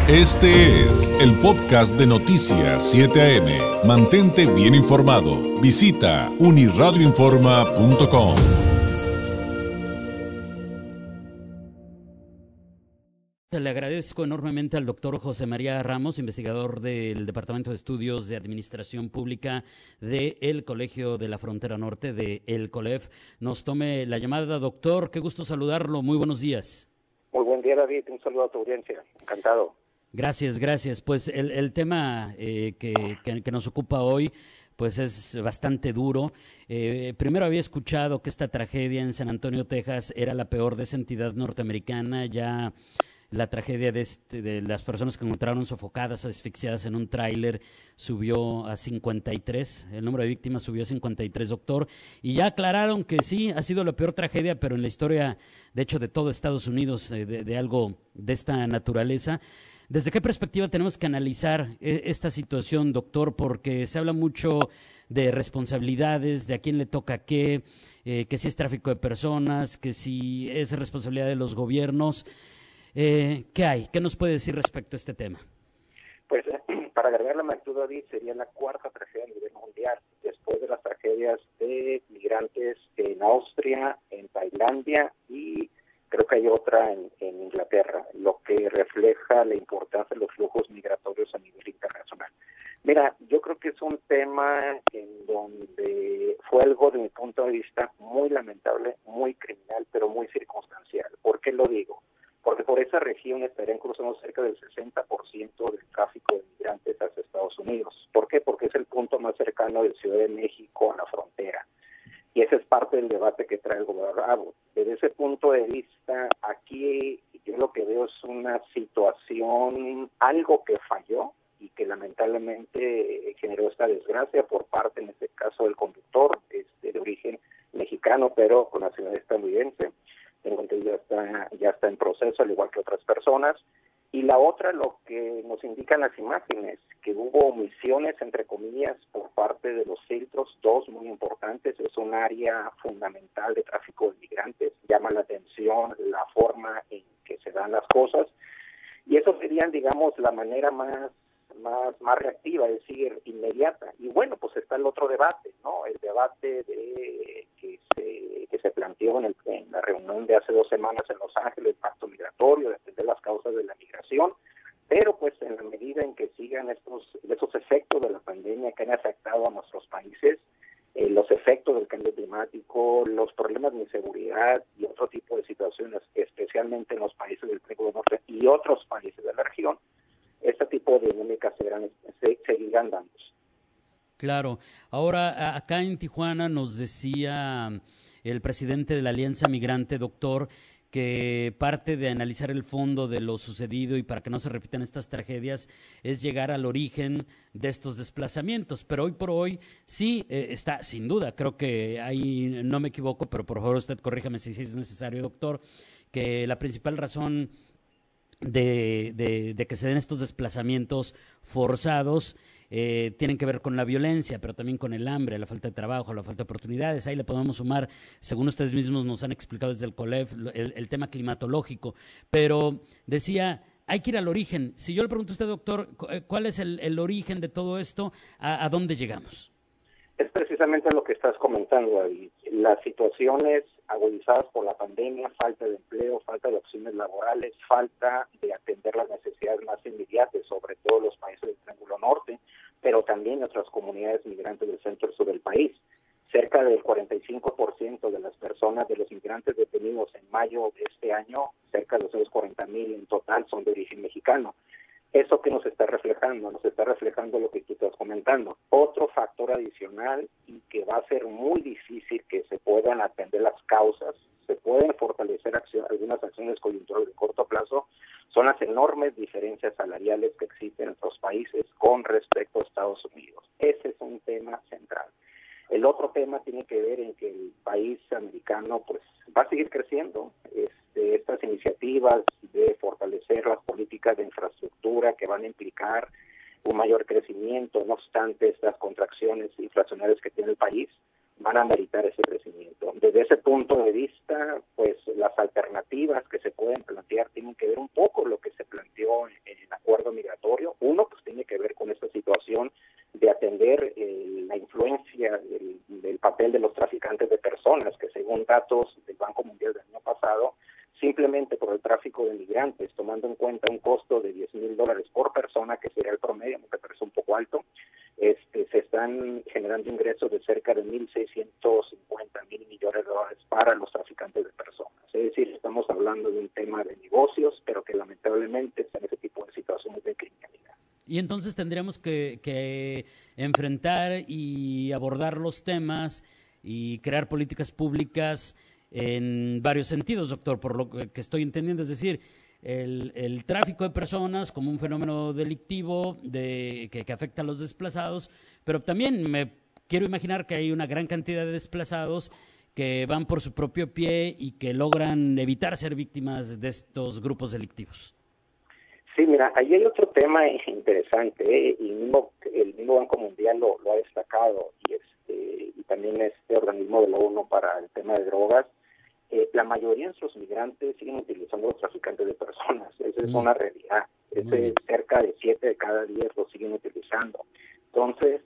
Este es el podcast de Noticias 7 AM. Mantente bien informado. Visita uniradioinforma.com. Le agradezco enormemente al doctor José María Ramos, investigador del Departamento de Estudios de Administración Pública del Colegio de la Frontera Norte, de el COLEF. Nos tome la llamada, doctor. Qué gusto saludarlo. Muy buenos días. Muy buen día, David. Un saludo a tu audiencia. Encantado. Gracias. Pues el tema que nos ocupa hoy pues es bastante duro. Primero había escuchado que esta tragedia en San Antonio, Texas, era la peor de esa entidad norteamericana. Ya la tragedia de las personas que encontraron sofocadas, asfixiadas en un tráiler, subió a 53. El número de víctimas subió a 53, doctor. Y ya aclararon que sí, ha sido la peor tragedia, pero en la historia, de hecho, de todo Estados Unidos, de algo de esta naturaleza. ¿Desde qué perspectiva tenemos que analizar esta situación, doctor? Porque se habla mucho de responsabilidades, de a quién le toca qué, que si es tráfico de personas, que si es responsabilidad de los gobiernos. ¿Qué hay? ¿Qué nos puede decir respecto a este tema? Pues para agregar la magnitud, David, sería la cuarta tragedia a nivel mundial, después de las tragedias de migrantes en Austria, en Tailandia y creo que hay otra en Inglaterra, lo que refleja la importancia de los flujos migratorios a nivel internacional. Mira, yo creo que es un tema en donde fue algo, de mi punto de vista, muy lamentable, muy criminal, pero muy circunstancial. ¿Por qué lo digo? Porque por esa región estarían cruzando cerca del 60% del tráfico de migrantes hacia Estados Unidos. ¿Por qué? Porque es el punto más cercano de Ciudad de México a la frontera. Y ese es parte del debate que trae el gobernador. Desde ese punto de vista, aquí yo lo que veo es una situación, algo que falló y que lamentablemente generó esta desgracia por parte, en este caso, del conductor, de origen mexicano, pero con nacionalidad estadounidense. Tengo entendido ya está en proceso, al igual que otras personas. Y la otra, lo que nos indican las imágenes, que hubo omisiones, entre comillas, por parte de los filtros, dos muy importantes. Es un área fundamental de tráfico de migrantes. Llama la atención la forma en que se dan las cosas. Y eso sería, digamos, la manera más reactiva, es decir, inmediata. Y bueno, pues está el otro debate, ¿no? El debate que se planteó en la reunión de hace 2 semanas en Los Ángeles, el pacto migratorio, de entender las causas de la migración, pero pues en la medida en que sigan esos efectos de la pandemia que han afectado a nuestros países, los efectos del cambio climático, los problemas de inseguridad y otro tipo de situaciones, especialmente en los países del Triángulo Norte y otros países de la región, este tipo de dinámicas seguirán dándose. Claro. Ahora, acá en Tijuana nos decía el presidente de la Alianza Migrante, doctor, que parte de analizar el fondo de lo sucedido y para que no se repitan estas tragedias es llegar al origen de estos desplazamientos. Pero hoy por hoy sí está, sin duda, creo que ahí no me equivoco, pero por favor usted corríjame si es necesario, doctor, que la principal razón de que se den estos desplazamientos forzados tienen que ver con la violencia, pero también con el hambre, la falta de trabajo, la falta de oportunidades. Ahí le podemos sumar, según ustedes mismos nos han explicado desde el COLEF, el tema climatológico. Pero decía, hay que ir al origen. Si yo le pregunto a usted, doctor, ¿cuál es el origen de todo esto? ¿A dónde llegamos? Es precisamente lo que estás comentando, David. Las situaciones agudizadas por la pandemia, falta de empleo, falta de opciones laborales, falta de atender las necesidades más inmediatas, sobre todo los países del Triángulo Norte, pero también otras comunidades migrantes del centro y sur del país. Cerca del 45% de las personas, de los migrantes detenidos en mayo de este año, cerca de 240,000 en total, son de origen mexicano. ¿Eso qué nos está reflejando? Nos está reflejando lo que tú estás comentando. Otro factor adicional y que va a ser muy difícil que se puedan atender las causas, se pueden fortalecer algunas acciones coyunturales de corto plazo, son las enormes diferencias salariales que existen en nuestros países con respecto a Estados Unidos. Ese es un tema central. El otro tema tiene que ver en que el país americano pues va a seguir creciendo. Estas iniciativas de fortalecer las políticas de infraestructura que van a implicar un mayor crecimiento, no obstante estas contracciones inflacionarias que tiene el país, van a meritar ese crecimiento. Desde ese punto de vista, pues las alternativas que se pueden plantear tienen que ver un poco lo que se planteó en el acuerdo migrantes, tomando en cuenta un costo de $10,000 por persona, que sería el promedio, me parece un poco alto, se están generando ingresos de cerca de 1.650 millones de dólares para los traficantes de personas. Es decir, estamos hablando de un tema de negocios, pero que lamentablemente está en ese tipo de situaciones de criminalidad. Y entonces tendríamos que enfrentar y abordar los temas y crear políticas públicas en varios sentidos, doctor, por lo que estoy entendiendo. Es decir, el tráfico de personas como un fenómeno delictivo que afecta a los desplazados, pero también me quiero imaginar que hay una gran cantidad de desplazados que van por su propio pie y que logran evitar ser víctimas de estos grupos delictivos. Sí, mira, ahí hay otro tema interesante, y el mismo Banco Mundial lo ha destacado, y también este organismo de la ONU para el tema de drogas. La mayoría de nuestros migrantes siguen utilizando los traficantes de personas. Esa es una realidad. Cerca de 7 de cada 10 lo siguen utilizando. Entonces,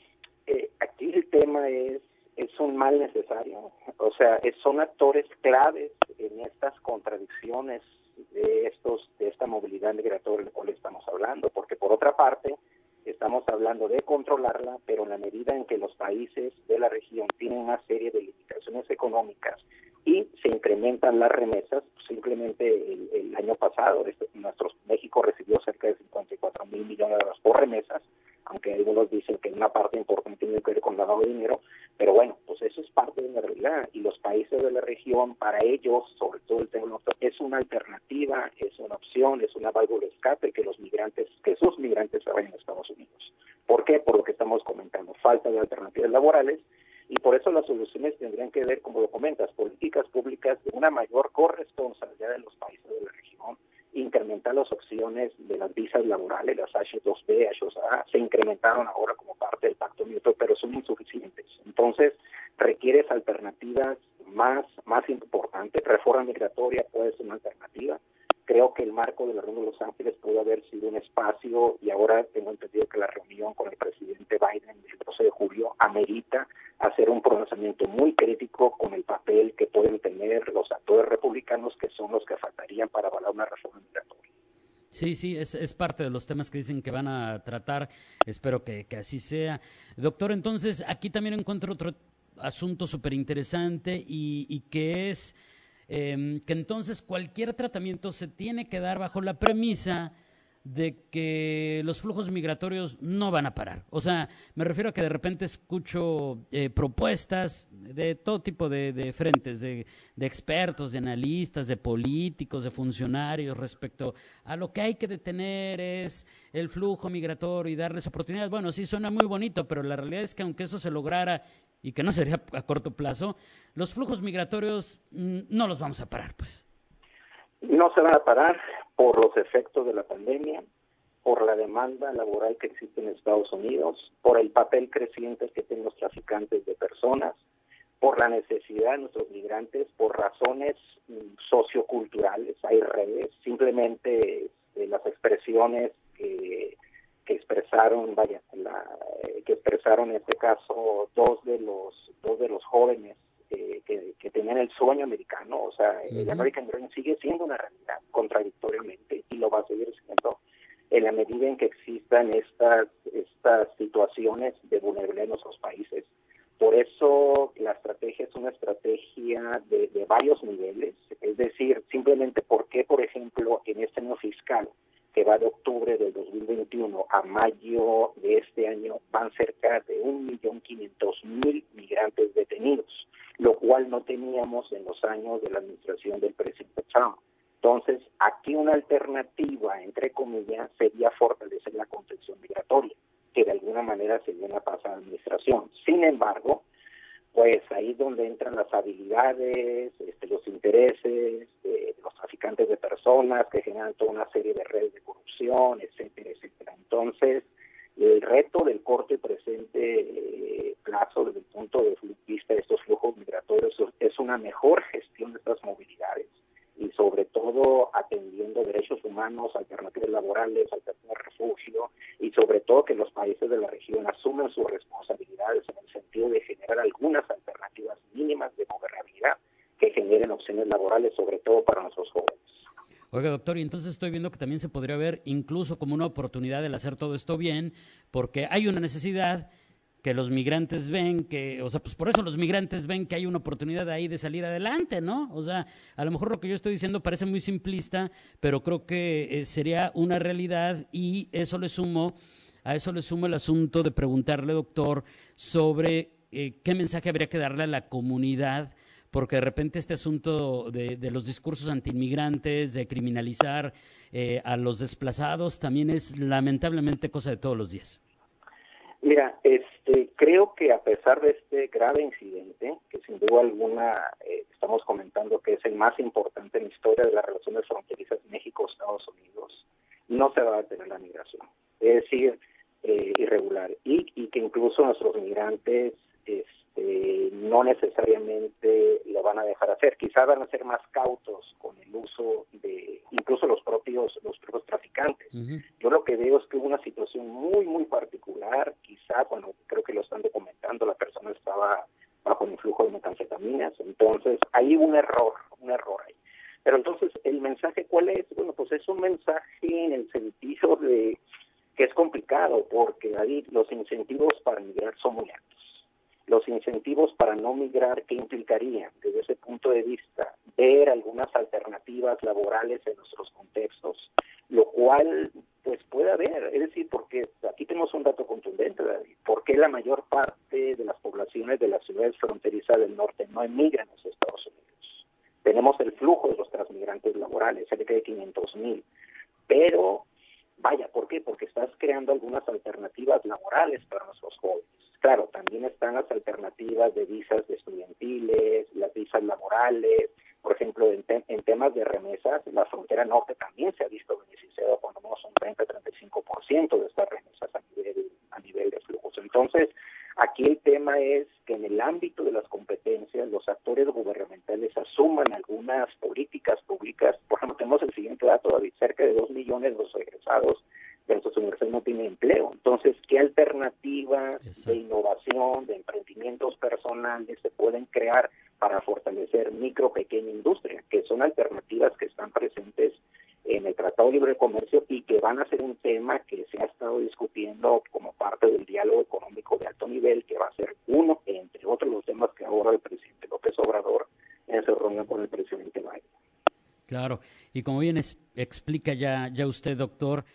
aquí el tema es un mal necesario. O sea, son actores claves en estas contradicciones de esta movilidad migratoria de la cual estamos hablando, porque por otra parte estamos hablando de controlarla, pero en la medida en que los países de la región tienen una serie de limitaciones económicas y se incrementan las remesas, simplemente el año pasado México recibió cerca de 54,000 millones de dólares por remesas, aunque algunos dicen que una parte importante tiene que ver con lavado de dinero, pero bueno, pues eso es parte de la realidad, y los países de la región, para ellos, sobre todo el tema es una alternativa, es una opción, es una válvula de escape que sus migrantes se vayan a Estados Unidos. ¿Por qué? Por lo que estamos comentando, falta de alternativas laborales, y por eso las soluciones tendrían que ver, como lo comentas, políticas públicas de una mayor corresponsabilidad de los países de la región, incrementar las opciones de las visas laborales, las H2B, H2A, se incrementaron ahora como parte del Pacto Mutuo, pero son insuficientes. Entonces, requieres alternativas más importantes. Reforma migratoria puede ser una alternativa. Creo que el marco de la reunión de Los Ángeles pudo haber sido un espacio, y ahora tengo entendido que la reunión con el presidente Biden el 12 de julio amerita hacer un pronunciamiento muy crítico con el papel que pueden tener los actores republicanos, que son los que faltarían para avalar una reforma migratoria. Sí, es parte de los temas que dicen que van a tratar. Espero que así sea. Doctor, entonces, aquí también encuentro otro asunto súper interesante y que es que entonces cualquier tratamiento se tiene que dar bajo la premisa de que los flujos migratorios no van a parar. O sea, me refiero a que de repente escucho propuestas de todo tipo de frentes, de expertos, de analistas, de políticos, de funcionarios respecto a lo que hay que detener es el flujo migratorio y darles oportunidades. Bueno, sí suena muy bonito, pero la realidad es que aunque eso se lograra y que no sería a corto plazo, los flujos migratorios no los vamos a parar, pues. No se van a parar por los efectos de la pandemia, por la demanda laboral que existe en Estados Unidos, por el papel creciente que tienen los traficantes de personas, por la necesidad de nuestros migrantes, por razones socioculturales. Hay redes, simplemente las expresiones que expresaron, que expresaron en este caso dos de los jóvenes que tenían el sueño americano. O sea, el American Dream sigue siendo una realidad, contradictoriamente, y lo va a seguir siendo en la medida en que existan estas situaciones de vulnerabilidad en nuestros países. Por eso la estrategia es una estrategia de varios niveles, es decir, simplemente porque, por ejemplo, en este año fiscal, que va de octubre del 2021 a mayo de este año, van cerca de 1.500.000 migrantes detenidos, lo cual no teníamos en los años de la administración del presidente Trump. Entonces, aquí una alternativa, entre comillas, sería fortalecer la contención migratoria, que de alguna manera se dio en la pasada administración. Sin embargo, pues ahí es donde entran las habilidades, los intereses de los traficantes de personas, que generan toda una serie de redes de corrupción, etcétera, etcétera. Entonces, el reto del corto y presente plazo, desde el punto de vista de estos flujos migratorios, es una mejor gestión de estas movilidades, y sobre todo atendiendo derechos humanos, alternativas laborales, alternativas de refugio, y sobre todo que los países de la región asumen sus responsabilidades en el sentido de generar algunas alternativas mínimas de gobernabilidad que generen opciones laborales, sobre todo para nuestros jóvenes. Oiga, doctor, y entonces estoy viendo que también se podría ver incluso como una oportunidad el hacer todo esto bien, porque hay una necesidad que los migrantes ven, pues por eso los migrantes ven que hay una oportunidad ahí de salir adelante, ¿no? O sea, a lo mejor lo que yo estoy diciendo parece muy simplista, pero creo que sería una realidad y a eso le sumo el asunto de preguntarle, doctor, sobre qué mensaje habría que darle a la comunidad, porque de repente este asunto de los discursos antiinmigrantes, de criminalizar a los desplazados, también es lamentablemente cosa de todos los días. Mira, creo que a pesar de este grave incidente, que sin duda alguna estamos comentando que es el más importante en la historia de las relaciones fronterizas México-Estados Unidos, no se va a detener la migración, es decir, irregular, y que incluso nuestros migrantes no necesariamente lo van a dejar hacer. Quizás van a ser más cautos con el uso de incluso los propios traficantes. Uh-huh. Yo lo que veo es que hubo una situación muy, muy particular. Quizá, creo que lo están documentando, la persona estaba bajo el influjo de metanfetaminas. Entonces, ahí hubo un error ahí. Pero entonces, ¿el mensaje cuál es? Bueno, pues es un mensaje en el sentido de que es complicado, porque ahí los incentivos para migrar son muy altos. Los incentivos para no migrar, ¿qué implicarían? Desde ese punto de vista, ver algunas alternativas laborales en nuestros contextos, lo cual pues puede haber, es decir, porque aquí tenemos un dato contundente, David, ¿por qué la mayor parte de las poblaciones de las ciudades fronterizas del norte no emigran a los Estados Unidos? Tenemos el flujo de los transmigrantes laborales, cerca de 500,000, pero vaya, ¿por qué? Porque estás creando algunas alternativas laborales para nuestros jóvenes. Claro, también están las alternativas de visas estudiantiles, las visas laborales. Por ejemplo, en temas de remesas, la frontera norte también se ha visto beneficiada cuando menos un 30-35% de estas remesas a nivel de flujos. Entonces, aquí el tema es que en el ámbito de las competencias, los actores gubernamentales asuman algunas políticas públicas. Por ejemplo, tenemos el siguiente dato, David, cerca de 2 millones de los egresados de nuestras universidades no tienen empleo. Entonces, ¿qué alternativas de innovación, de emprendimientos personales se pueden crear para fortalecer micro, pequeña industria? Que son alternativas que están presentes en el Tratado de Libre Comercio y que van a ser un tema que se ha estado discutiendo como parte del diálogo económico de alto nivel, que va a ser uno, entre otros, los temas que aborda el presidente López Obrador en su reunión con el presidente Biden. Claro, y como bien explica ya usted, doctor,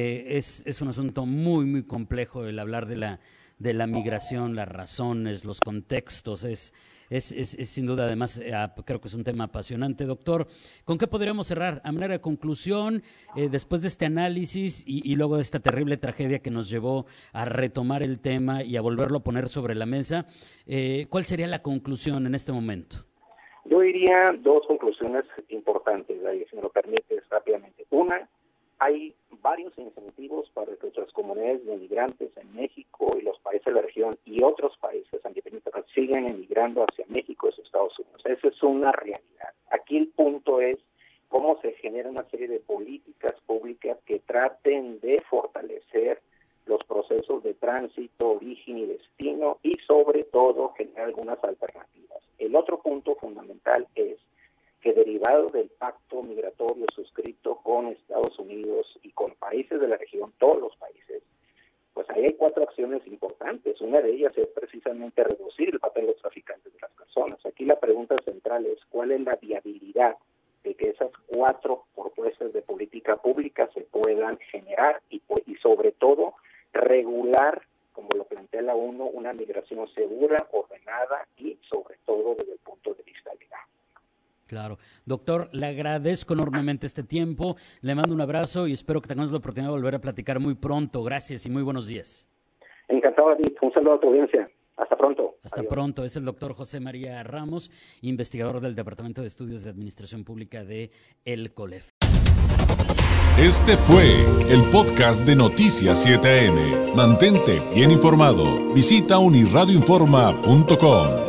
es un asunto muy, muy complejo el hablar de la migración, las razones, los contextos, es sin duda, además, creo que es un tema apasionante. Doctor, ¿con qué podríamos cerrar? A manera de conclusión, después de este análisis y luego de esta terrible tragedia que nos llevó a retomar el tema y a volverlo a poner sobre la mesa, ¿cuál sería la conclusión en este momento? Yo diría 2 conclusiones importantes, David, si me lo permites rápidamente. Una, hay varios incentivos para que nuestras comunidades de migrantes en México y los países de la región y otros países sigan emigrando hacia México y los Estados Unidos. Esa es una realidad. Aquí el punto es cómo se genera una serie de políticas públicas que traten de fortalecer los procesos de tránsito, origen y destino y sobre todo generar algunas alternativas. El otro punto fundamental es que derivado del pacto migratorio suscrito con Estados Unidos y con países de la región, todos los países, pues ahí hay 4 acciones importantes. Una de ellas es precisamente reducir el papel de los traficantes de las personas. Aquí la pregunta central es cuál es la viabilidad de que esas 4 propuestas de política pública se puedan generar y sobre todo regular, como lo plantea la ONU, una migración segura, ordenada y sobre todo desde el punto de vista legal. Claro. Doctor, le agradezco enormemente este tiempo, le mando un abrazo y espero que tengamos la oportunidad de volver a platicar muy pronto. Gracias y muy buenos días. Encantado, David. Un saludo a tu audiencia. Hasta pronto. Hasta Adiós. Pronto. Es el doctor José María Ramos, investigador del Departamento de Estudios de Administración Pública de el COLEF. Este fue el podcast de Noticias 7am. Mantente bien informado. Visita unirradioinforma.com.